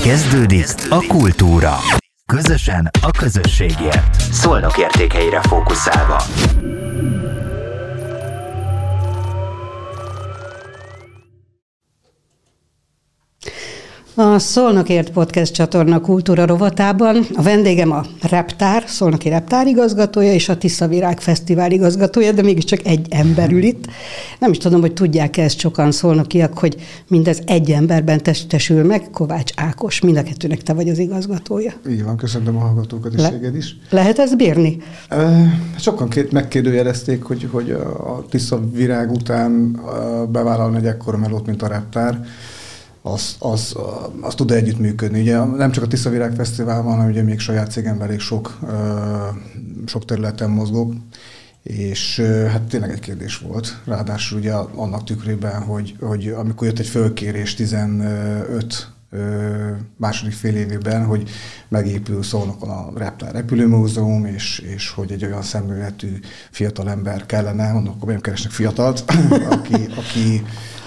Kezdődik a kultúra. Közösen a közösségért. Szolnok értékeire fókuszálva. A Szolnokért Podcast csatorna kultúra rovatában a vendégem a Reptár, Szolnoki Reptár igazgatója és a Tiszavirág Fesztivál igazgatója, de mégiscsak egy ember ül itt. Nem is tudom, hogy tudják-e ezt sokan szolnokiak, hogy mindez egy emberben testesül meg. Kovács Ákos, mind a kettőnek te vagy az igazgatója. Így van, köszönöm a hallgatókat és téged is. Lehet ezt bírni? Sokan megkérdőjelezték, hogy a Tiszavirág után bevállalni egy ekkora melót, mint a Reptár. Az tud együttműködni. Ugye nem csak a Tiszavirág Fesztivál van, hanem ugye még saját cégemben elég sok területen mozgok, és hát tényleg egy kérdés volt. Ráadásul ugye annak tükrében, hogy amikor jött egy fölkérés 15 második fél évében, hogy megépül Szolnokon a Reptár repülőmúzeum, és hogy egy olyan szemléletű fiatalember kellene, mondom, akkor nem keresnek fiatalt, aki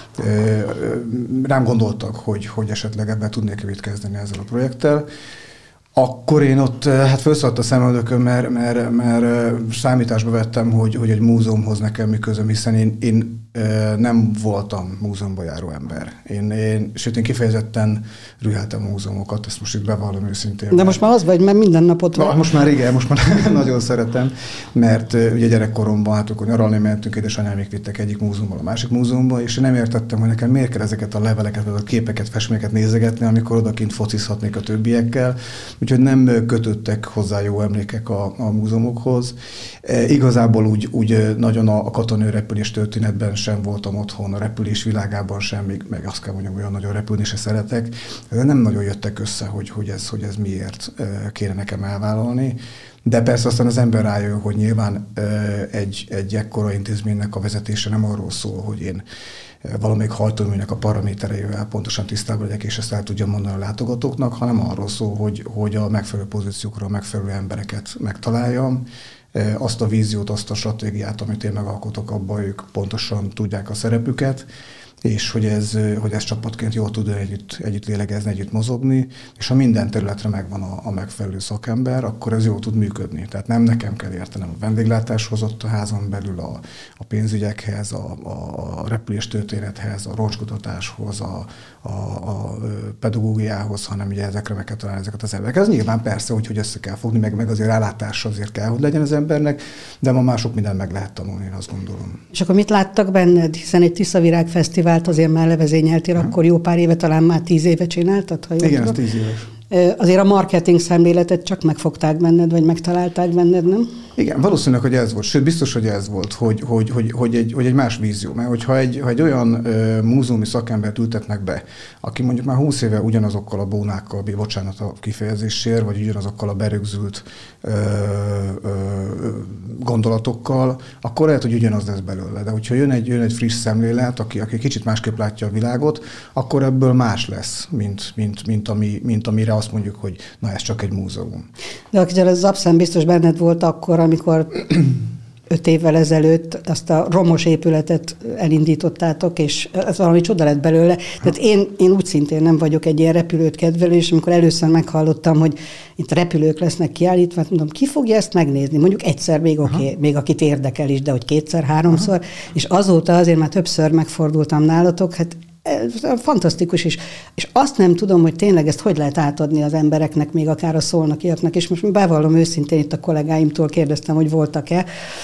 rám gondoltak, hogy esetleg ebben tudnék mit kezdeni ezzel a projekttel. Akkor én ott felszaladt a szemöldökön, mert számításba vettem, hogy egy múzeumhoz nekem mi közöm, hiszen én nem voltam múzeumba járó ember. Sőt, én kifejezetten rüheltem a múzeumokat, ezt most itt bevallom őszintén. De most már az vagy, mert minden napot van. Most már igen, most már nagyon szeretem, mert ugye gyerekkoromban, hát akkor nyaralni mentünk, édesanyámék vittek egyik múzeumból a másik múzeumba, és én nem értettem, hogy nekem miért kell ezeket a leveleket, vagy a képeket, festményeket nézegetni, amikor odakint focizhatnék a többiekkel. Úgyhogy nem kötöttek hozzá jó emlékek a múzeumokhoz. Igazából úgy nagyon a katonai repülés történetben sem voltam otthon, a repülés világában sem, meg azt kell mondjam, olyan nagyon repülni se szeretek. De nem nagyon jöttek össze, hogy ez miért kéne nekem elvállalni. De persze aztán az ember rájön, hogy nyilván egy ekkora intézménynek a vezetése nem arról szól, hogy én valamelyik hajtóműnek a paramétereivel pontosan tisztában legyek, és ezt el tudjam mondani a látogatóknak, hanem arról szól, hogy a megfelelő pozíciókra a megfelelő embereket megtaláljam, azt a víziót, azt a stratégiát, amit én megalkotok, abban ők pontosan tudják a szerepüket, és hogy ez csapatként jól tud együtt lélegezni, együtt mozogni, és ha minden területre megvan a megfelelő szakember, akkor ez jól tud működni. Tehát nem nekem kell értenem a vendéglátáshoz ott a házon belül, a pénzügyekhez, a repüléstörténethez, a roncskutatáshoz, a pedagógiához, hanem ugye ezekre meg kell találni ezeket az embereket. Ez nyilván persze, hogy össze kell fogni, meg azért rálátása azért kell, hogy legyen az embernek, de ma mások mindent meg lehet tanulni, én azt gondolom. És akkor mit láttak benned? Hiszen egy Tiszavirág Fesztivált azért már levezényeltél, akkor jó pár éve, talán már 10 éve csináltad? Ha igen, ez 10 éves. Azért a marketing szemléletet csak megfogták benned, vagy megtalálták benned, nem? Igen, valószínűleg, hogy ez volt. Sőt, biztos, hogy ez volt, hogy egy más vízió. Mert hogyha egy olyan múzeumi szakembert ültetnek be, aki mondjuk már 20 éve ugyanazokkal a bónákkal, bocsánat a kifejezésért, vagy ugyanazokkal a berögzült gondolatokkal, akkor lehet, hogy ugyanaz lesz belőle. De hogyha jön egy friss szemlélet, aki kicsit másképp látja a világot, akkor ebből más lesz, mint amire azt mondjuk, hogy na ez csak egy múzeum. De akivel az abszolút biztos benned volt akkor, amikor 5 évvel ezelőtt azt a romos épületet elindítottátok, és ez valami csoda lett belőle. Tehát én úgy szintén nem vagyok egy ilyen repülőt kedvelő, és amikor először meghallottam, hogy itt repülők lesznek kiállítva, hát mondom, ki fogja ezt megnézni? Mondjuk egyszer még oké, még akit érdekel is, de hogy 2-3-szor, és azóta azért már többször megfordultam nálatok, hát fantasztikus is. És azt nem tudom, hogy tényleg ezt hogy lehet átadni az embereknek, még akár a szolnokiaknak, és most bevallom őszintén, itt a kollégáimtól kérdeztem, hogy voltak-e.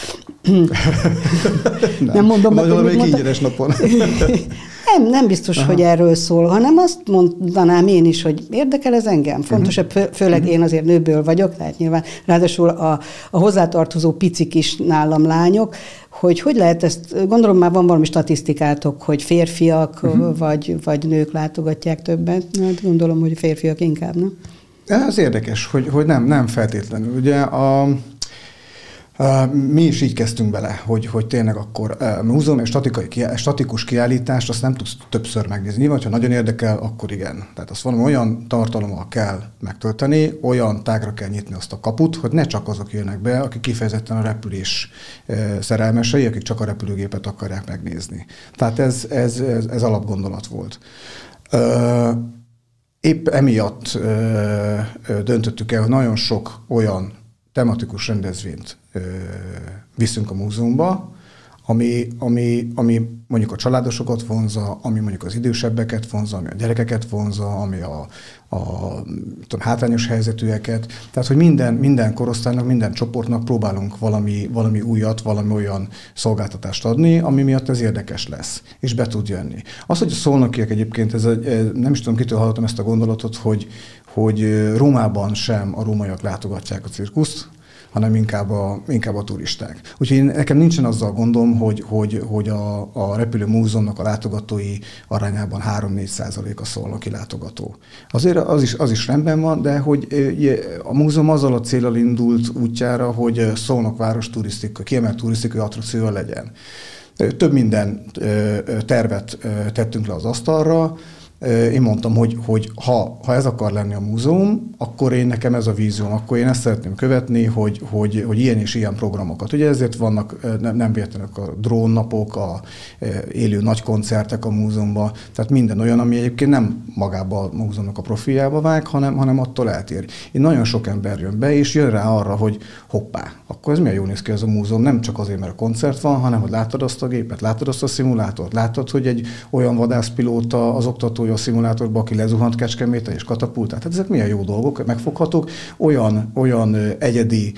Nem mondom meg, hogy mit ingyenes napon. Nem biztos, hogy erről szól, hanem azt mondanám én is, hogy érdekel ez engem. Fontosabb, főleg én azért nőből vagyok, tehát nyilván ráadásul a hozzátartozó picik is nálam lányok, hogy lehet ezt, gondolom már van valami statisztikátok, hogy férfiak vagy nők látogatják többet, hát gondolom, hogy férfiak inkább, nem? Ez érdekes, hogy nem feltétlenül. Ugye mi is így kezdtünk bele, hogy tényleg akkor múzeum és statikus kiállítást azt nem tudsz többször megnézni. Nyilván, ha nagyon érdekel, akkor igen. Tehát azt valami olyan tartalommal kell megtölteni, olyan tágra kell nyitni azt a kaput, hogy ne csak azok jönnek be, akik kifejezetten a repülés szerelmesei, akik csak a repülőgépet akarják megnézni. Tehát ez alapgondolat volt. épp emiatt döntöttük el, hogy nagyon sok olyan tematikus rendezvényt viszünk a múzeumba, ami mondjuk a családosokat vonzza, ami mondjuk az idősebbeket vonzza, ami a gyerekeket vonzza, ami a hátrányos helyzetűeket. Tehát, hogy minden korosztálynak, minden csoportnak próbálunk valami újat, valami olyan szolgáltatást adni, ami miatt ez érdekes lesz, és be tud jönni. Az, hogy a szolnokiak egyébként, nem is tudom, kitől hallottam ezt a gondolatot, hogy Rómában sem a rómaiak látogatják a cirkuszt, hanem inkább a turisták. Úgyhogy nekem nincsen azzal gondom, hogy a repülő múzeumnak a látogatói arányában 3-4% a szolnoki látogató. Azért az is rendben van, de hogy a múzeum azzal a céllal indult útjára, hogy Szolnok város kiemelt turisztikai attrakció legyen. Több minden tervet tettünk le az asztalra. Én mondtam, hogy ha ez akar lenni a múzeum, akkor nekem ez a vízióm, akkor én ezt szeretném követni, hogy ilyen és ilyen programokat. Ugye ezért vannak nem véletlenül a drónnapok, a élő nagy koncertek a múzeumban, tehát minden olyan, ami egyébként nem magába a múzeumnak a profiljába vág, hanem attól eltér. Én nagyon sok ember jön be, és jön rá arra, hogy hoppá, akkor ez milyen jól néz ki ez a múzeum, nem csak azért, mert a koncert van, hanem hogy láttad azt a gépet, láttad azt a szimulátort, láttad, hogy egy olyan vadászpilóta az oktatója a szimulátorba, aki lezuhant Kecskeméten és katapultál. Tehát ezek milyen jó dolgok, megfoghatók, olyan egyedi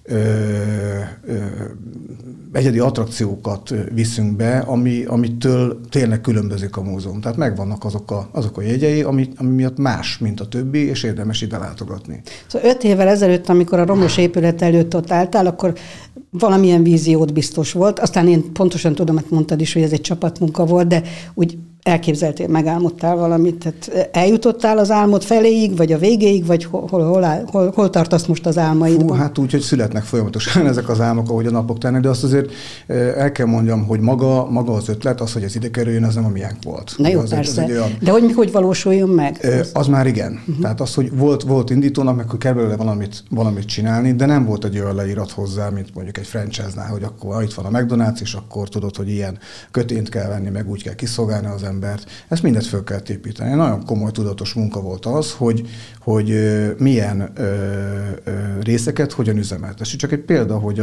attrakciókat viszünk be, amitől tényleg különbözik a múzeum. Tehát megvannak azok a jegyei, ami miatt más, mint a többi, és érdemes ide látogatni. Szóval 5 évvel ezelőtt, amikor a romos épület előtt ott álltál, akkor valamilyen víziót biztos volt. Aztán én pontosan tudom, hogy mondtad is, hogy ez egy csapatmunka volt, de úgy elképzeltél, megálmodtál valamit? Tehát eljutottál az álmod feléig, vagy a végéig, vagy hol tartasz most az álmaidban? Hát úgy, hogy születnek folyamatosan ezek az álmok, ahogy a napok tennek, de azt azért el kell mondjam, hogy maga az ötlet, az, hogy ez ide kerüljön, az nem a miénk volt. Na jó, az persze. olyan... De hogy valósuljon meg? Az már igen. Tehát az, hogy volt indítónak, meg hogy kell belőle valamit csinálni, de nem volt egy olyan leírat hozzá, mint mondjuk egy franchise-nál, hogy akkor itt van a McDonald's, és akkor tudod, hogy ilyen kötényt kell venni, meg úgy kell kiszolgálni az embert. Ezt mindet föl kell építeni. Nagyon komoly tudatos munka volt az, hogy milyen részeket hogyan üzemeltessük. Csak egy példa, hogy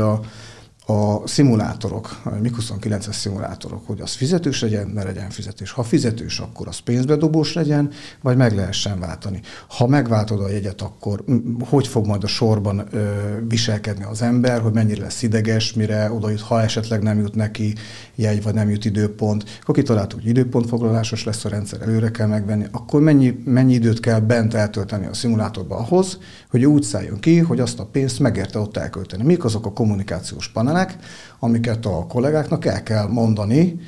a szimulátorok, a MiG-29-es szimulátorok, hogy az fizetős legyen, ne legyen fizetős. Ha fizetős, akkor az pénzbedobós legyen, vagy meg lehessen váltani. Ha megváltod a jegyet, akkor hogy fog majd a sorban viselkedni az ember, hogy mennyire lesz ideges, mire oda jut, ha esetleg nem jut neki jegy, vagy nem jut időpont. Akkor kitaláltuk, hogy időpontfoglalásos lesz a rendszer, előre kell megvenni, akkor mennyi időt kell bent eltölteni a szimulátorba ahhoz, hogy úgy szálljon ki, hogy azt a pénzt megérte ott elkölteni. Mik azok a kommunikációs panelek, amiket a kollégáknak el kell mondani.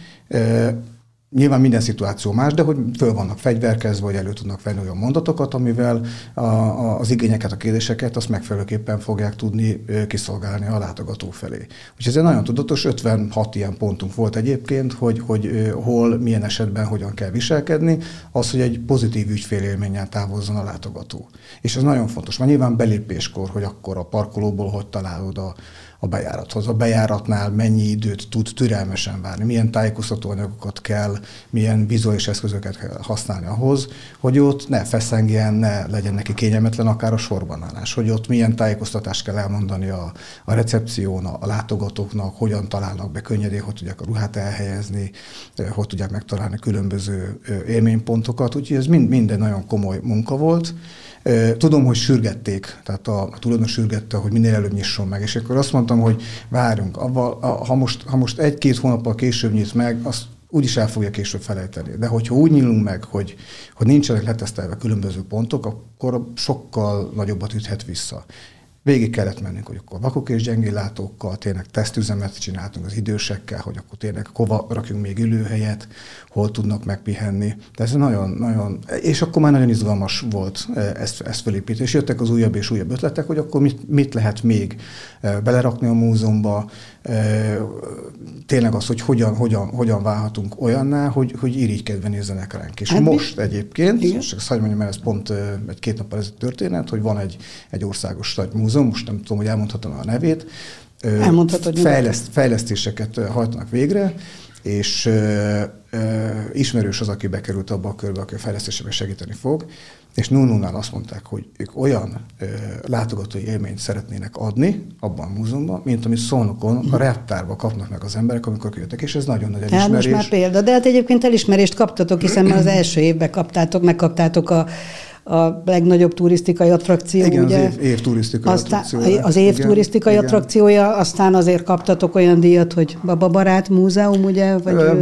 Nyilván minden szituáció más, de hogy föl vannak fegyverkezve, vagy elő tudnak venni olyan mondatokat, amivel az igényeket, a kérdéseket azt megfelelőképpen fogják tudni kiszolgálni a látogató felé. Úgyhogy ez egy nagyon tudatos, 56 ilyen pontunk volt egyébként, hogy hol, milyen esetben hogyan kell viselkedni, az, hogy egy pozitív ügyfélélménnyel távozzon a látogató. És ez nagyon fontos, mert nyilván belépéskor, hogy akkor a parkolóból hogy találod a bejárathoz. A bejáratnál mennyi időt tud türelmesen várni, milyen tájékoztatóanyagokat kell, milyen vizuális eszközöket kell használni ahhoz, hogy ott ne feszengjen, ne legyen neki kényelmetlen akár a sorban állás, hogy ott milyen tájékoztatást kell elmondani a recepción, a látogatóknak, hogyan találnak be könnyedén, hogy tudják a ruhát elhelyezni, hogy tudják megtalálni különböző élménypontokat, úgyhogy ez minden nagyon komoly munka volt. Tudom, hogy sürgették, tehát a tulajdonos sürgette, hogy minél előbb nyisson meg, és akkor azt mondtam, hogy várjunk, ha most 1-2 hónappal később nyit meg, azt úgyis el fogja később felejteni. De hogyha úgy nyílunk meg, hogy nincsenek letesztelve különböző pontok, akkor sokkal nagyobbat üthet vissza. Végig kellett mennünk, hogy akkor vakok és gyengéllátókkal tényleg tesztüzemet csináltunk az idősekkel, hogy akkor tényleg hova rakjunk még ülőhelyet, hol tudnak megpihenni. De ez nagyon, és akkor már nagyon izgalmas volt ezt felépíteni. És jöttek az újabb és újabb ötletek, hogy akkor mit lehet még belerakni a múzeumba, tényleg az, hogy hogyan válhatunk olyanná, hogy irigykedve nézzenek ránk. És most egyébként, és ezt hagyj mondjam, mert ez pont 1-2 nappal ezelőtt történet, hogy van egy országos nagy múzeum, most nem tudom, hogy elmondhatom a nevét, fejlesztéseket hajtanak végre, és ismerős az, aki bekerült abba a körbe, aki a fejlesztésében segíteni fog, és Nununál azt mondták, hogy ők olyan látogatói élményt szeretnének adni abban a múzeumban, mint amit Szolnokon a reptárba kapnak meg az emberek, amikor jöttek, és ez nagyon nagy elismerés. Hát most már példa, de hát egyébként elismerést kaptatok, hiszen már az első évben megkaptátok a legnagyobb turisztikai attrakció, igen, ugye? Az év turisztikai attrakciója. Az év turisztikai attrakciója, aztán azért kaptatok olyan díjat, hogy bababarát múzeum, ugye? Vagy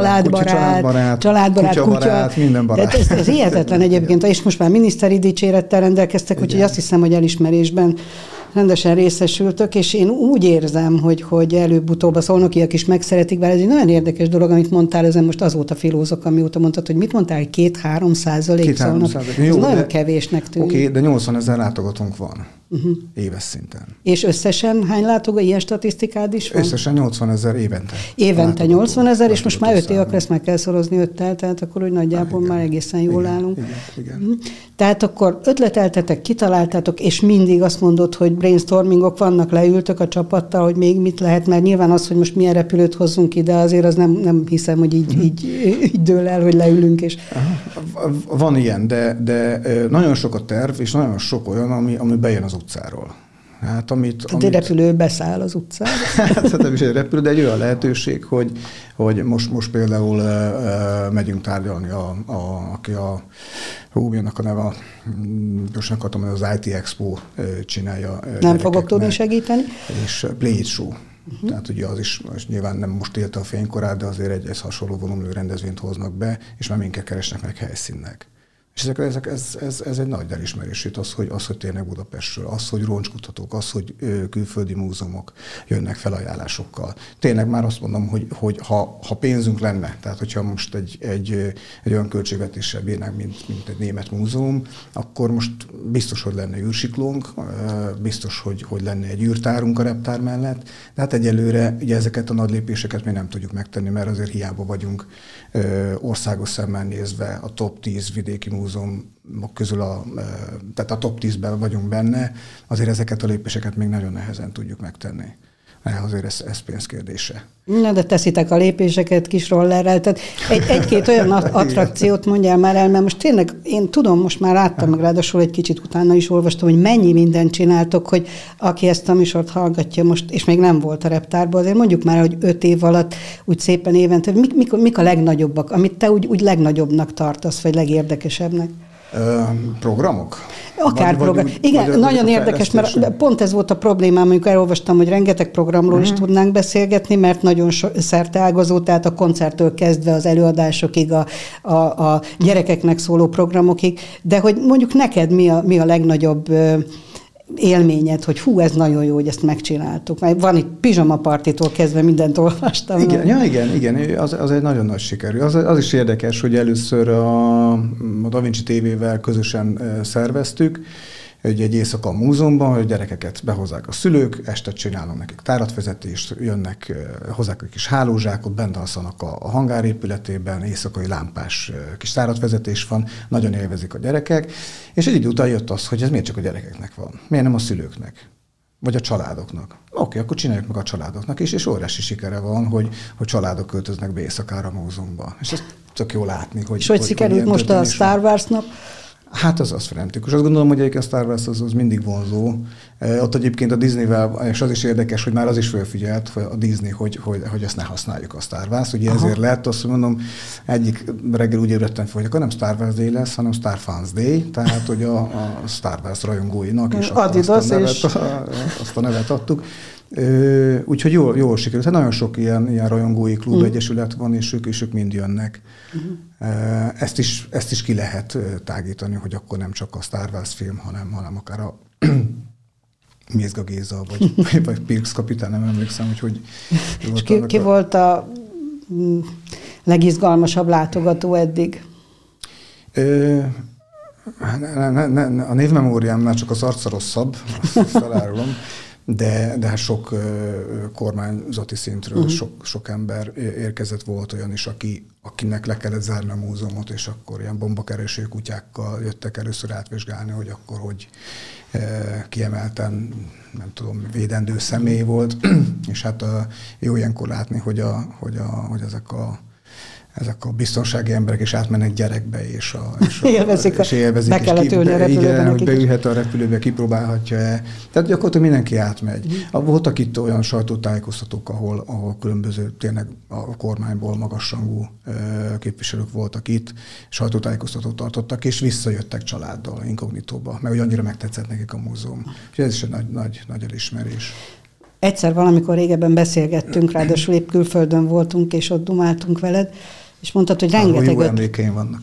családbarát, kutya. Minden barát. Ez hihetetlen egyébként, és most már miniszteri dicsérettel rendelkeztek, úgyhogy azt hiszem, hogy elismerésben rendesen részesültök, és én úgy érzem, hogy előbb-utóbb a szolnokiak is megszeretik, bár ez egy nagyon érdekes dolog, amit mondtál, ezen most azóta filózok, amióta mondtad, hogy mit mondtál, hogy 2-3% szólnak. Ez nagyon kevésnek tűnik. Oké, de 80 000 látogatónk van éves szinten. És összesen hány látogató? Ilyen statisztikád is van? Összesen 80 000 évente. Évente 80 000, és most már 5 évek lesz, meg kell szorozni 5-tel, tehát akkor úgy nagyjából már egészen jól állunk. Igen. Tehát akkor ötleteltetek, kitaláltátok, és mindig azt mondod, hogy brainstormingok vannak, leültök a csapattal, hogy még mit lehet, mert nyilván az, hogy most milyen repülőt hozzunk ide, azért az nem hiszem, hogy így dől el, hogy leülünk. És... Van ilyen, de nagyon sok a terv, és nagyon sok olyan, ami bejön az utcáról. Hát, egy repülő beszáll az utcára. Hát nem is egy repülő, de egy olyan lehetőség, hogy most például megyünk tárgyalni, aki annak a neve, most nem akartam, hogy az IT Expo csinálja. Nem fogok tudni segíteni. És Play It Show. Tehát ugye az is nyilván nem most élte a fénykorát, de azért egy hasonló volumenű rendezvényt hoznak be, és már minket keresnek meg helyszínnek. És ez egy nagy elismerés, az, hogy tényleg Budapestről, az, hogy ronckutatók, az, hogy külföldi múzeumok jönnek felajánlásokkal. Tényleg már azt mondom, hogy ha pénzünk lenne, tehát hogyha most egy olyan költségvetéssel bírnánk, mint egy német múzeum, akkor most biztos, hogy lenne űrsiklónk, biztos, hogy lenne egy űrtárunk a reptár mellett, de hát egyelőre ugye ezeket a nagy lépéseket mi nem tudjuk megtenni, mert azért hiába vagyunk országos szemmel nézve a top 10 vidéki múzeumok közül, tehát a top 10-ben vagyunk benne, azért ezeket a lépéseket még nagyon nehezen tudjuk megtenni. Azért ez pénzkérdése. Na, de teszitek a lépéseket kis rollerrel. Tehát egy-két olyan attrakciót mondjál már el, mert most tényleg én tudom, most már láttam, meg ráadásul egy kicsit utána is olvastam, hogy mennyi mindent csináltok, hogy aki ezt a műsort hallgatja most, és még nem volt a reptárban, azért mondjuk már, hogy 5 év alatt úgy szépen évente, mik a legnagyobbak, amit te úgy legnagyobbnak tartasz, vagy legérdekesebbnek? Programok? Akár program. Igen, nagyon érdekes, mert pont ez volt a problémám, amikor elolvastam, hogy rengeteg programról is tudnánk beszélgetni, mert nagyon szerteágazó, tehát a koncerttől kezdve az előadásokig, a gyerekeknek szóló programokig, de hogy mondjuk neked mi a legnagyobb élményed, hogy ez nagyon jó, hogy ezt megcsináltuk. Már van itt pizsamapartitól kezdve mindent olvastam. Igen, az egy nagyon nagy sikerű. Az is érdekes, hogy először a Da Vinci TV-vel közösen szerveztük, egy éjszaka a múzeumban, hogy gyerekeket behozzák a szülők, este csinálnak nekik táratvezetést, jönnek, hozzák egy kis hálózsákot, bent alszanak a hangárépületében, éjszakai lámpás kis táratvezetés van, nagyon élvezik a gyerekek, és egy idő után jött az, hogy ez miért csak a gyerekeknek van, miért nem a szülőknek, vagy a családoknak. Oké, akkor csináljuk meg a családoknak is, és óriási sikere van, hogy családok költöznek be éjszakára a múzeumba. És ezt tök jó látni, hogy... És hogy sikerült most a Star Wars nap? Hát az frenetikus. Azt gondolom, hogy egyébként a Star Wars az mindig vonzó. Ott egyébként a Disneyvel, és az is érdekes, hogy már az is felfigyelt a Disney, hogy ezt ne használjuk a Star Wars. Ugye ezért lett, azt mondom, egyik reggel úgy ébredtem fel, hogy akkor nem Star Wars Day lesz, hanem Star Fans Day, tehát hogy a Star Wars rajongóinak is azt a nevet adtuk. Úgyhogy jól sikerült. Hát nagyon sok ilyen rajongói klub egyesület van, és ők mind jönnek. Ezt is ki lehet tágítani, hogy akkor nem csak a Star Wars film, hanem akár a Mézga Géza, vagy Pirx kapitán, nem emlékszem, hogy és ki volt a legizgalmasabb látogató eddig? A névmemóriámnál csak az arca rosszabb, azt elárulom. de hát sok kormányzati szintről sok ember érkezett, volt olyan is, akinek le kellett zárni a múzeumot, és akkor ilyen bombakereső kutyákkal jöttek először átvizsgálni, hogy akkor hogy kiemelten, nem tudom, védendő személy volt, és hát jó ilyenkor látni, hogy ezek a biztonsági emberek is átmennek gyerekbe, és élvezik, be kellett ülni a repülőbe. Igen, hogy beülhet a repülőbe, kipróbálhatja-e. Tehát gyakorlatilag mindenki átmegy. Voltak itt olyan sajtótájékoztatók, ahol különböző, tényleg a kormányból magasrangú képviselők voltak itt, sajtótájékoztatót tartottak, és visszajöttek családdal, inkognitóba, mert hogy annyira megtetszett nekik a múzeum. Úgyhogy ez is egy nagy elismerés. Egyszer valamikor régebben beszélgettünk, ráadásul épp külföldön voltunk, és ott dumáltunk veled, és mondtad, hogy rengeteg... Jó emlékeim vannak.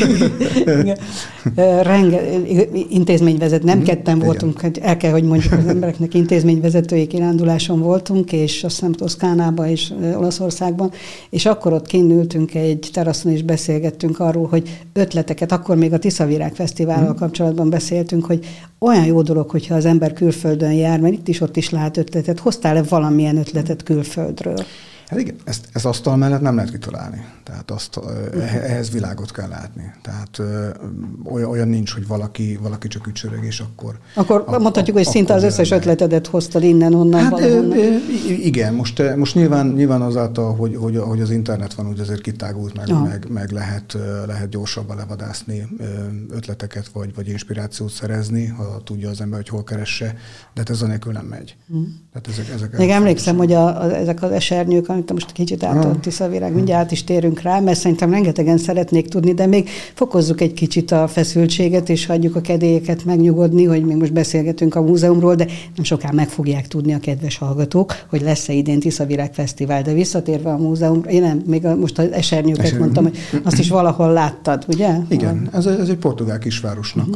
Intézményvezető, nem ketten voltunk, el kell, hogy mondjuk az embereknek, intézményvezetői kiránduláson voltunk, és azt hiszem Toszkánában és Olaszországban, és akkor ott kint ültünk egy teraszon, és beszélgettünk arról, hogy ötleteket, akkor még a Tiszavirág Fesztivállal kapcsolatban beszéltünk, hogy olyan jó dolog, hogyha az ember külföldön jár, mert itt is ott is lát ötletet. Hoztál-e valamilyen ötletet külföldről? Hát igen, ezt asztal mellett nem lehet kitalálni. Tehát ehhez világot kell látni. Tehát olyan nincs, hogy valaki csak ücsörög, és akkor mondhatjuk, hogy szinte az összes ötletedet hoztad innen-onnan. Hát igen, most nyilván azáltal, hogy az internet van, úgy azért kitágult, meg lehet gyorsabban levadászni ötleteket, vagy inspirációt szerezni, ha tudja az ember, hogy hol keresse, de hát ez anélkül nem megy. Tehát még emlékszem, hogy ezek az esernyők, amit most kicsit átadott Tiszavirág, mindjárt át is térünk rá, mert szerintem rengetegen szeretnék tudni, de még fokozzuk egy kicsit a feszültséget, és hagyjuk a kedélyeket megnyugodni, hogy még most beszélgetünk a múzeumról, de nem soká meg fogják tudni a kedves hallgatók, hogy lesz-e idén Tiszavirág Fesztivál. De visszatérve a múzeumra, én nem, még most az esernyőket mondtam, hogy azt is valahol láttad, ugye? Igen, ez egy portugál kisvárosnak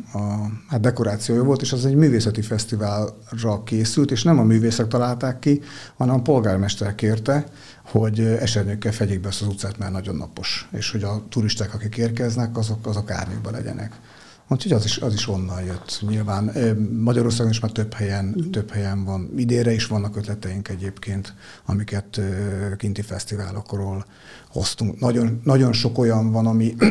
a dekorációja volt, és az egy művészeti fesztiválra készült, és nem a művészek találták ki, hanem a polgármester kérte, hogy esernyőkkel fedjék be azt az utcát, mert nagyon napos, és hogy a turisták, akik érkeznek, azok árnyékban legyenek. Úgyhogy az is onnan jött. Nyilván Magyarországon is már több helyen van. Idénre is vannak ötleteink egyébként, amiket kinti fesztiválokról hoztunk. Nagyon sok olyan van,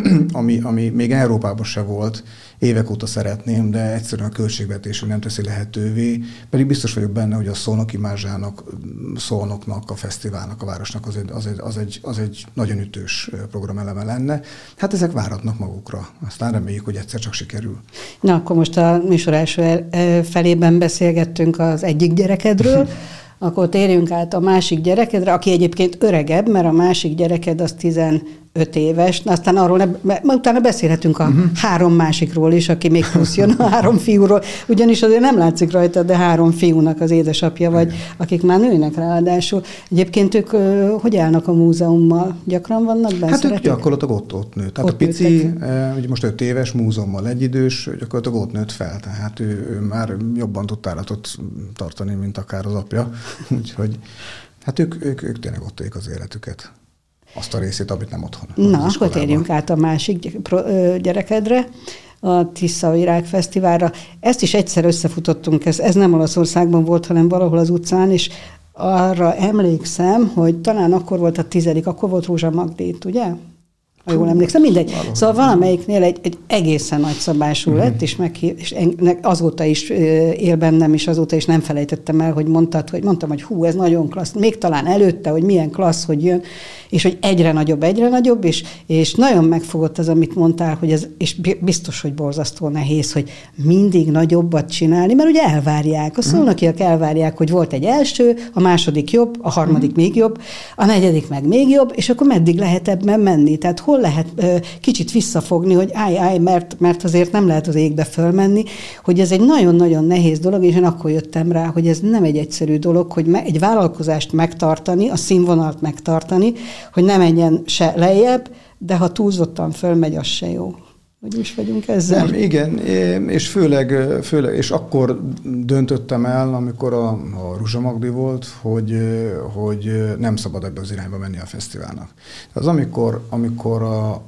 ami még Európában se volt. Évek óta szeretném, de egyszerűen a költségvetésünk nem teszi lehetővé. Pedig biztos vagyok benne, hogy a Szolnoki Mázsának, Szolnoknak, a fesztiválnak, a városnak az egy nagyon ütős programeleme lenne. Hát ezek váratnak magukra. Aztán reméljük, hogy egyszer csak sikerül. Na, akkor most a műsor első felében beszélgettünk az egyik gyerekedről, akkor térjünk át a másik gyerekedre, aki egyébként öregebb, mert a másik gyereked az 15 éves, aztán arról utána beszélhetünk a 3 másikról is, aki még plusz jön, a 3 fiúról, ugyanis azért nem látszik rajta, de 3 fiúnak az édesapja vagy, akik már nőnek ráadásul. Egyébként ők hogy állnak a múzeummal? Gyakran vannak benne? Hát ők gyakorlatilag ott nőtt. Tehát a pici, ugye most 5 éves, múzeummal egyidős, gyakorlatilag ott nőtt fel, tehát ő már jobban tud táratot tartani, mint akár az apja. Úgyhogy hát ők tényleg ott élik az életüket. Azt a részét, amit nem otthon. Na, akkor térjünk át a másik gyerekedre, a Tiszavirág Fesztiválra. Ezt is egyszer összefutottunk, ez nem Olaszországban volt, hanem valahol az utcán, és arra emlékszem, hogy talán akkor volt a 10., akkor volt Rózsa Magdét, ugye? Ha jól emlékszem, mindegy. Valahogy. Szóval valamelyiknél egy egészen nagyszabású lett, és azóta is él bennem, és azóta is nem felejtettem el, hogy mondtam, hogy hú, ez nagyon klassz. Még talán előtte, hogy milyen klassz, hogy jön, és hogy egyre nagyobb, és nagyon megfogott az, amit mondtál, hogy ez, és biztos, hogy borzasztó nehéz, hogy mindig nagyobbat csinálni, mert ugye elvárják. A szolnokiak elvárják, hogy volt egy első, a második jobb, a harmadik még jobb, a negyedik meg még jobb, és akkor meddig lehet ebben menni? Tehát hol lehet kicsit visszafogni, hogy állj, mert azért nem lehet az égbe fölmenni, hogy ez egy nagyon-nagyon nehéz dolog, és én akkor jöttem rá, hogy ez nem egy egyszerű dolog, hogy egy vállalkozást megtartani, a színvonalat megtartani, hogy ne menjen se lejjebb, de ha túlzottan fölmegy, az se jó. Hogy is vagyunk ezzel? Nem, igen, és főleg, és akkor döntöttem el, amikor a Rózsa Magdi volt, hogy nem szabad ebbe az irányba menni a fesztiválnak. Az amikor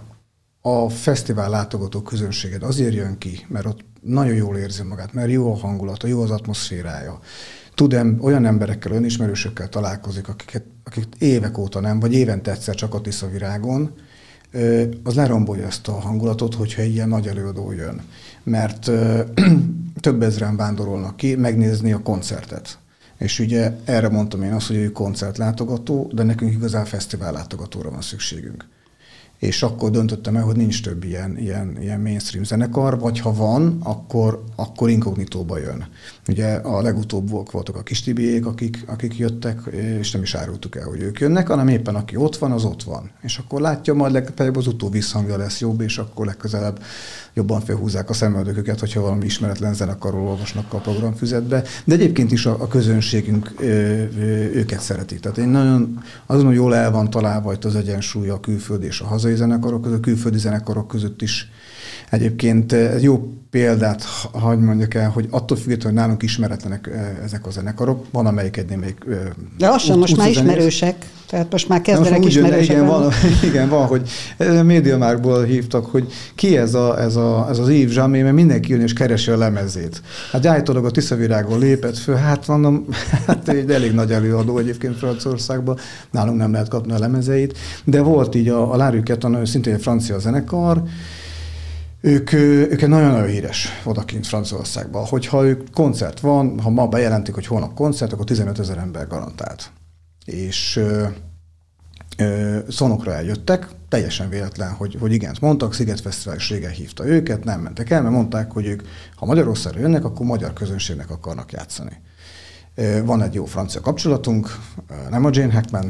a fesztivál látogató közönséged azért jön ki, mert ott nagyon jól érzi magát, mert jó a hangulata, jó az atmoszférája. tud olyan emberekkel, olyan ismerősökkel találkozik, akik évek óta nem, vagy évente egyszer csak a Tiszavirágon, az lerombolja ezt a hangulatot, hogyha ilyen nagy előadó jön. Mert több ezren vándorolnak ki megnézni a koncertet. És ugye erre mondtam én azt, hogy ő koncertlátogató, de nekünk igazán fesztivállátogatóra van szükségünk. És akkor döntöttem el, hogy nincs több ilyen mainstream zenekar, vagy ha van, akkor inkognitóba jön. Ugye a legutóbb voltak a Kis Tibiék, akik jöttek, és nem is árultuk el, hogy ők jönnek, hanem éppen aki ott van, az ott van. És akkor látja, majd legfeljebb az utóbbi visszhangja lesz jobb, és akkor legközelebb jobban felhúzzák a szemöldököket, hogyha valami ismeretlen zenekarról olvasnak a programfüzetbe. De egyébként is a közönségünk őket szeretik. Tehát én nagyon azon, hogy jól el van találva itt az egyensúly a külföldi és a hazai zenekarok között, a külföldi zenekarok között is. Egyébként jó példát hagy mondjak el, hogy attól függetlenül, hogy nálunk ismeretlenek ezek a zenekarok, van amelyik egy némelyik... De lassan most már ismerősek, tehát most már kezdenek ismerősek. Igen, van, hogy MediaMarktból hívtak, hogy ki ez az Yves Jamé, mert mindenki jön és keresi a lemezét. Hát állítólag a Tiszavirágon lépett föl, hát mondom, egy elég nagy előadó egyébként Franciaországban, nálunk nem lehet kapni a lemezeit, de volt így a La Rue Quétan, szintén egy francia zenekar, ők nagyon-nagyon híres odakint Franciaországban. Hogyha koncert van, ha ma bejelentik, hogy holnap koncert, akkor 15 000 ember garantált. És Szolnokra eljöttek, teljesen véletlen, hogy igent mondtak, Sziget Fesztivál is régen hívta őket, nem mentek el, mert mondták, hogy ők, ha Magyarországra jönnek, akkor magyar közönségnek akarnak játszani. Van egy jó francia kapcsolatunk, nem a Jane Hackman,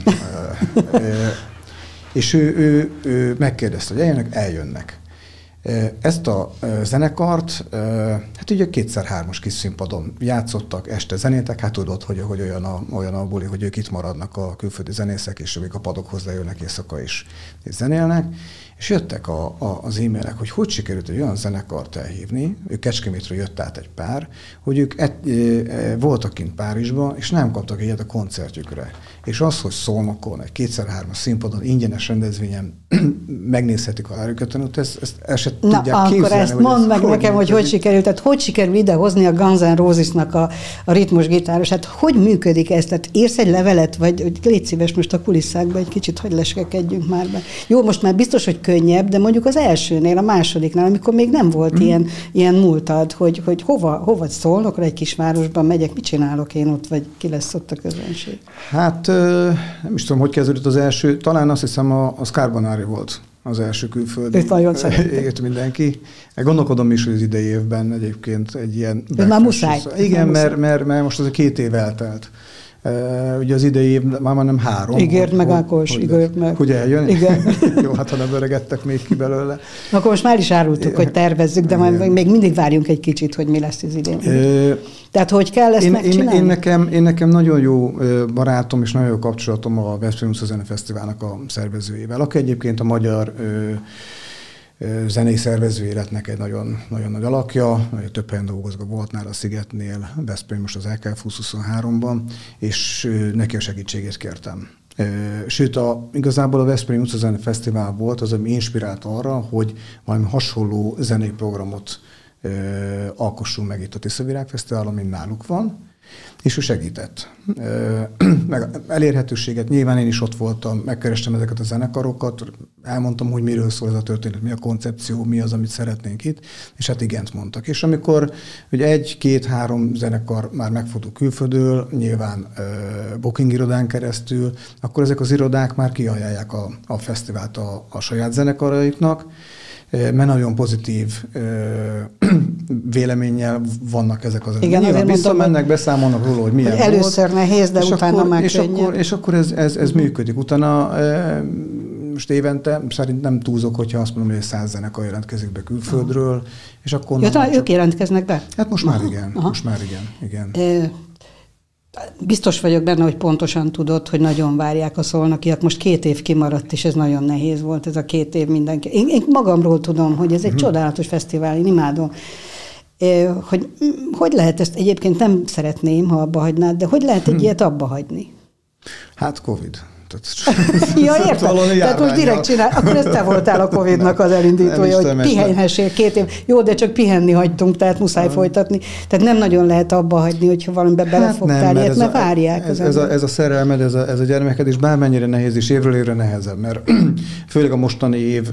és ő megkérdezte, hogy eljönnek. Ezt a zenekart, hát ugye 2x3-as kis színpadon játszottak, este zenétek, hát tudod, hogy olyan a buli, hogy ők itt maradnak a külföldi zenészek, és ők a padokhoz lejönnek éjszaka is és zenélnek, és jöttek az e-mailek, hogy sikerült egy olyan zenekart elhívni, ők Kecskemétről jött át egy pár, hogy ők voltak kint Párizsban, és nem kaptak egyet a koncertjükre. És az, hogy Szolnokon, egy 2x3-as színpadon, ingyenes rendezvényen megnézhetik a La Rue Quétanot, ezt se tudják képzelni. Akkor ezt mondd meg nekem, hogy sikerült. Tehát hogy sikerül idehozni a Guns N' Roses-nak a ritmusgitáros? Hát hogy működik ez? Tehát írsz egy levelet, vagy légy szíves most a kulisszákba egy kicsit, hogy leskekedjünk már be. Jó, most már biztos, hogy könnyebb, de mondjuk az elsőnél, a másodiknál, amikor még nem volt ilyen múltad, hogy hova Szolnokra, egy kisvárosban megyek, mit csinálok én ott, vagy ki lesz ott a közönség? Hát nem is tudom, hogy kezdődött az első, talán azt hiszem a Scarbonári volt az első külföldi. Őt nagyon szerették. Mindenki. Gondolkodom is, hogy az idei évben egyébként egy ilyen... Már muszáj. Igen, mert most az 2 év eltelt. Ugye az idei év már nem 3. Ígért meg, Ákos, ígért meg. Hogy eljön? Igen. Jó, hát ha nem öregettek még ki belőle. Akkor most már is árultuk, hogy tervezzük, de majd még mindig várjunk egy kicsit, hogy mi lesz az idén. Tehát hogy kell ezt megcsinálni? Én nekem nagyon jó barátom és nagyon jó kapcsolatom a Veszprém Utca Zenefesztiválnak a szervezőjével, aki egyébként a magyar zenei szervező életnek egy nagyon, nagyon nagy alakja, több helyen dolgozva volt nála a Szigetnél, Veszprém most az LKF 2023-ban, és neki a segítségét kértem. Sőt, igazából a Veszprém Utca Zenefesztivál volt az, ami inspirált arra, hogy valami hasonló zenei programot alkossunk meg itt a Tiszavirág Fesztiválon, mint náluk van, és ő segített. Meg elérhetőséget, nyilván én is ott voltam, megkerestem ezeket a zenekarokat, elmondtam, hogy miről szól ez a történet, mi a koncepció, mi az, amit szeretnénk itt, és hát igent mondtak. És amikor ugye 1-2-3 zenekar már megfordul külföldről, nyilván booking irodán keresztül, akkor ezek az irodák már kiajánlják a fesztivált a saját zenekaraiknak, mert nagyon pozitív véleménnyel vannak ezek az emberek. Nyilván visszamennek, beszámolnak róla, hogy milyen hogy először volt. Nehéz, de utána már könnyebb. És akkor ez működik. Utána most évente, szerint nem túlzok, hogyha azt mondom, hogy 100 zenekar jelentkezik be külföldről, és akkor... Ja, talán ők jelentkeznek be? Hát most már igen. Most már igen. Biztos vagyok benne, hogy pontosan tudod, hogy nagyon várják a szolnokiak. Most 2 év kimaradt, és ez nagyon nehéz volt, ez a 2 év mindenki. Én magamról tudom, hogy ez egy csodálatos fesztivál, én imádom. Hogy lehet ezt, egyébként nem szeretném, ha abba hagynád, de hogy lehet egy ilyet abba hagyni? Hát Covid. Ja, értem. Tehát most direkt csinál. Akkor ez te voltál a Covid-nak az elindítója, hogy pihenhessél 2 év. Jó, de csak pihenni hagytunk, tehát muszáj folytatni. Tehát nem nagyon lehet abba hagyni, hogyha valamiben belefogtál ilyet, mert várják. Ez a szerelmed, ez a gyermekedés bármennyire nehéz, és évről évre nehezebb, mert főleg a mostani év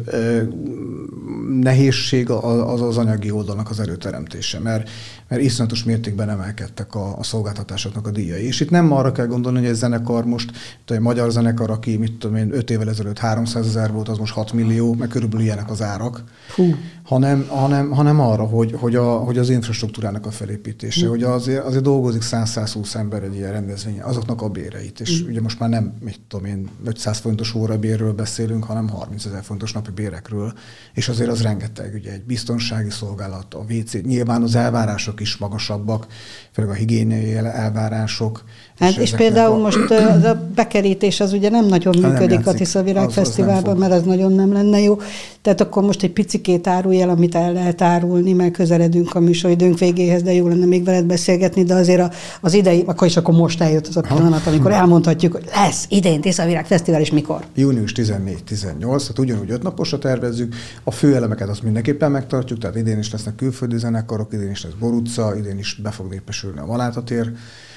nehézség az anyagi oldalnak az előteremtése, mert iszonyatos mértékben emelkedtek a szolgáltatásoknak a díjai. És itt nem arra kell gondolni, hogy egy zenekar most, egy magyar zenekar, aki 5 évvel ezelőtt 300 000 volt, az most 6 millió, meg körülbelül ilyenek az árak, hanem arra, hogy az infrastruktúrának a felépítése, hogy azért dolgozik 100-120 ember egy ilyen rendezvényen, azoknak a béreit. És ugye most már nem, 500 forintos órabérről beszélünk, hanem 30 000 forintos napi bérekről, és azért az rengeteg, ugye egy biztonsági szolgálat, a WC, nyilván az elvárások is magasabbak, főleg a higiéniai elvárások. Hát és például most a bekerítés az ugye nem nagyon működik a Tiszavirág Fesztiválban, mert az nagyon nem lenne jó. Tehát akkor most egy picikét árulj el, amit el lehet árulni, mert közeledünk a műsoridőnk végéhez, de jó lenne még veled beszélgetni, de azért az idei, akkor most eljött az a pillanat, amikor elmondhatjuk, hogy lesz idén Tiszavirág Fesztivál, és mikor? Június 14-18, tehát ugyanúgy 5 naposra tervezzük. A fő elemeket azt mindenképpen megtartjuk, tehát idén is lesznek külföldi zenekarok, idén is lesz Bor utca, idén is be fog népesülni a Malátatér,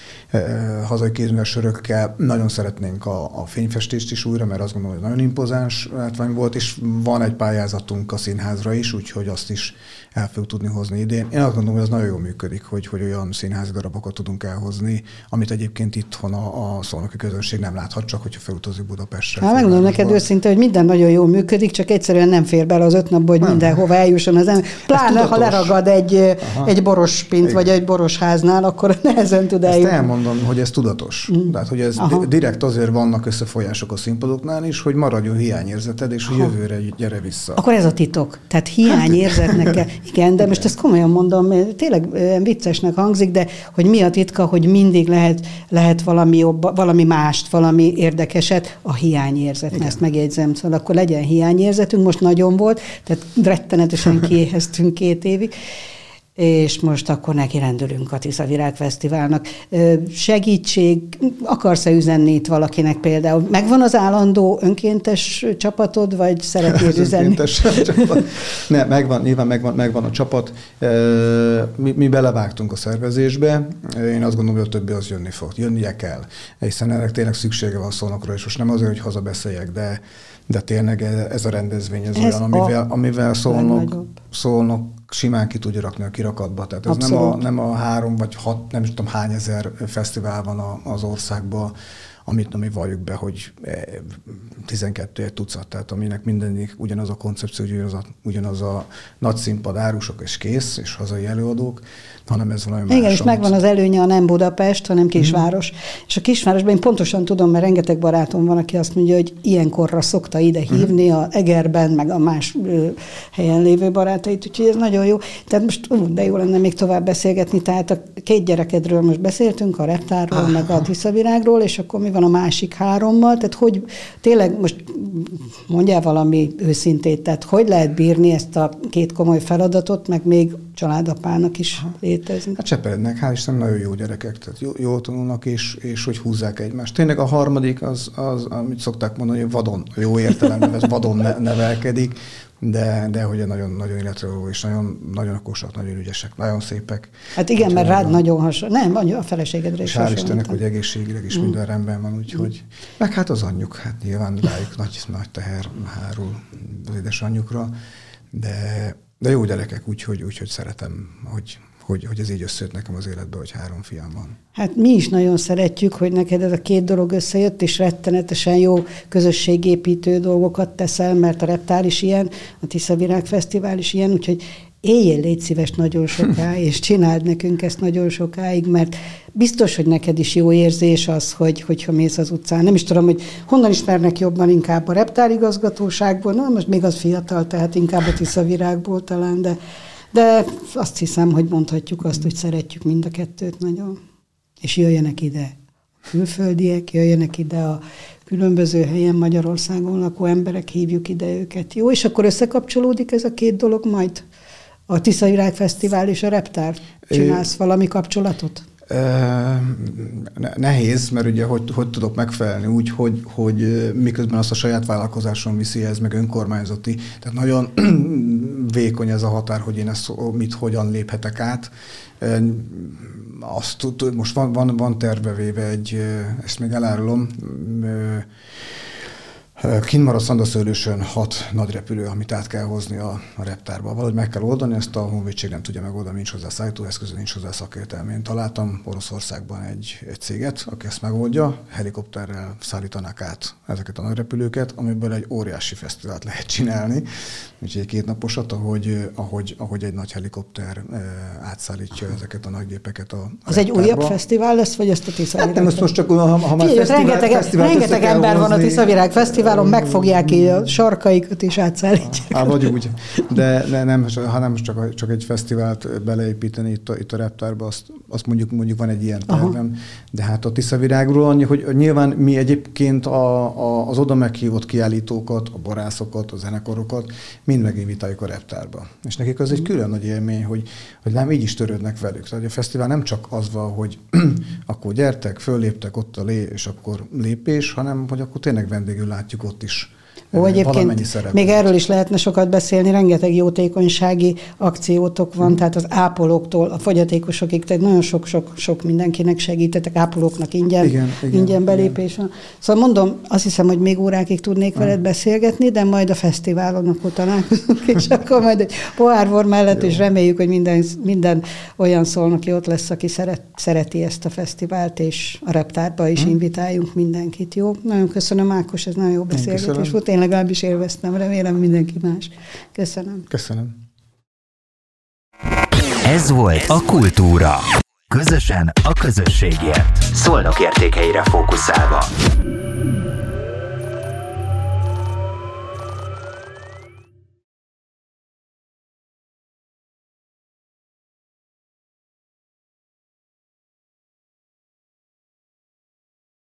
hazai kézműves sörökkel. Nagyon szeretnénk a fényfestést is újra, mert azt gondolom, hogy nagyon impozáns látvány volt, és van egy pályázatunk a színházra is, úgyhogy azt is el fogjuk tudni hozni idén. Én azt gondolom, hogy az nagyon jól működik, hogy olyan színházi darabokat tudunk elhozni, amit egyébként itthon a szolnoki közönség nem láthat, csak hogyha felutazik Budapestre. Hát megmondom neked őszintén, hogy minden nagyon jól működik, csak egyszerűen nem fér bele az 5 napból, hogy mindenhova eljusson az ember. Pláne, ha leragad egy boros pint, vagy egy boros háznál, akkor nehezen tud eljutni. Ezt elmondom, hogy ez tudatos. Tehát, hogy ez direkt azért vannak összefolyások a színpadoknál is, hogy maradjon hiányérzeted, és hogy jövőre gyere vissza. Akkor ez a titok. Tehát hiányérzetnek kell. Igen, de most ezt komolyan mondom, tényleg viccesnek hangzik, de hogy mi a titka, hogy mindig lehet valami jobb, valami mást, valami érdekeset, a hiányérzet. Igen. Ezt megjegyzem, szóval akkor legyen hiányérzetünk, most nagyon volt, tehát rettenetesen kiéheztünk 2 évig, és most akkor neki rendülünk a Tiszavirág Fesztiválnak. Segítség, akarsz-e üzenni itt valakinek például? Megvan az állandó önkéntes csapatod, vagy szeretnél üzenni? Önkéntes csapat. Ne, nyilván megvan a csapat. Mi belevágtunk a szervezésbe. Én azt gondolom, hogy a többi az jönni fog. Jönnie kell. Hiszen ennek tényleg szüksége van Szolnokra, és most nem azért, hogy hazabeszéljek, de tényleg ez a rendezvény, ez olyan, amivel Szolnok simán ki tudja rakni a kirakatba. Tehát ez nem a 3 vagy 6, nem is tudom hány ezer fesztivál van az országban, amit valljuk be, hogy 12 tucat, tehát aminek mindenik ugyanaz a koncepció, ugyanaz a nagy színpad, árusok és kész, és hazai előadók, hanem ez valami más. Igen, és megvan az előnye, a nem Budapest, hanem kisváros. És a kisvárosban én pontosan tudom, mert rengeteg barátom van, aki azt mondja, hogy ilyenkorra szokta ide hívni a Egerben, meg a más helyen lévő barátait, úgyhogy ez nagyon jó. Tehát most, de jó lenne még tovább beszélgetni, tehát a 2 gyerekedről most beszéltünk, a Reptárról, meg a Tiszavirágról, és akkor mi van a másik 3-mal, tehát hogy tényleg most mondjál valami őszintét, tehát hogy lehet bírni ezt a 2 komoly feladatot, meg még családapának is létezni. Hát Cseperednek, hál' Isten, nagyon jó gyerekek, tehát jól tanulnak, és hogy húzzák egymást. Tényleg a harmadik az amit szokták mondani, hogy vadon, jó értelemben, ez vadon nevelkedik, de hogy nagyon, nagyon életrevaló, és nagyon, nagyon okosak, nagyon ügyesek, nagyon szépek. Hát igen, mert rád nagyon hasonló. Nem, a feleségedre is hasonló. Hál' Istennek, hogy egészségileg is minden rendben van, úgyhogy meg hát az anyjuk, hát nyilván rájuk nagy teher hárul az édesanyjukra, de jó gyerekek, úgyhogy szeretem, hogy ez így összejött nekem az életbe, hogy 3 fiam van. Hát mi is nagyon szeretjük, hogy neked ez a 2 dolog összejött, és rettenetesen jó közösségépítő dolgokat teszel, mert a Reptár is ilyen, a Tiszavirág Fesztivál is ilyen, úgyhogy éljél, légy szíves nagyon sokáig, és csináld nekünk ezt nagyon sokáig, mert biztos, hogy neked is jó érzés az, hogyha mész az utcán. Nem is tudom, hogy honnan ismernek jobban, inkább a Reptár igazgatóságból, na most még az fiatal, tehát inkább a Tiszavirágból talán, de azt hiszem, hogy mondhatjuk azt, hogy szeretjük mind a 2-t nagyon. És jöjjenek ide külföldiek, jöjjenek ide a különböző helyen Magyarországon lakó emberek, hívjuk ide őket. Jó, és akkor összekapcsolódik ez a 2 dolog majd? A Tiszavirág Fesztivál és a Reptár? Csinálsz valami kapcsolatot? Nehéz, mert ugye hogy tudok megfelelni úgy, hogy miközben azt a saját vállalkozáson viszi ez, meg önkormányzati. Tehát nagyon vékony ez a határ, hogy én ezt hogyan léphetek át. Most van tervevéve ezt még elárulom, kint maradt Szandaszőlősön 6 nagy repülő, amit át kell hozni a reptárba. Valahogy meg kell oldani, ezt a honvédség nem tudja megoldani, nincs hozzá szállítóeszköze, nincs hozzá szakértelme. Én találtam Oroszországban egy céget, aki ezt megoldja, helikopterrel szállítanák át ezeket a nagy repülőket, amiből egy óriási fesztivált lehet csinálni, úgyhogy egy 2 naposat, ahogy egy nagy helikopter átszállítja ezeket a nagy gépeket a Az egy újabb fesztivál lesz, vagy ezt a Tiszavirág? Hát nem, most csak, ha már rengeteg ember van a Tiszavirág fesztiválon, megfogják így a sarkaikat és átszállítják. Vagy úgy. De nem, hanem csak egy fesztivált beleépíteni itt a reptárba, azt mondjuk van egy ilyen tervem. De hát a Tiszavirágról annyi, hogy nyilván mi egyébként az oda meghívott kiállítókat, a borászokat, a zenekarokat mind meginvitáljuk a reptárba. És nekik az egy külön nagy élmény, hogy nem így is törődnek velük. Tehát a fesztivál nem csak az van, hogy akkor gyertek, fölléptek ott a és akkor lépés, hanem hogy akkor tényleg vendégül látjuk ott is. Egyébként még erről is lehetne sokat beszélni, rengeteg jótékonysági akciótok van, tehát az ápolóktól a fogyatékosokig, tehát nagyon sok mindenkinek segítetek, ápolóknak ingyen belépés van. Szóval mondom, azt hiszem, hogy még órákig tudnék veled beszélgetni, de majd a fesztiválon akkor találkozunk, és akkor majd egy pohárvor mellett, és reméljük, hogy minden olyan szolnoki ott lesz, aki szereti ezt a fesztivált, és a reptárba is invitáljunk mindenkit. Jó? Nagyon köszönöm, Ákos, ez nagyon jó beszélgetés volt. Én legalábbis élveztem, remélem mindenki más. Köszönöm. Ez volt a Kultúra. Közösen a közösségért. Szolnok értékeire fókuszálva.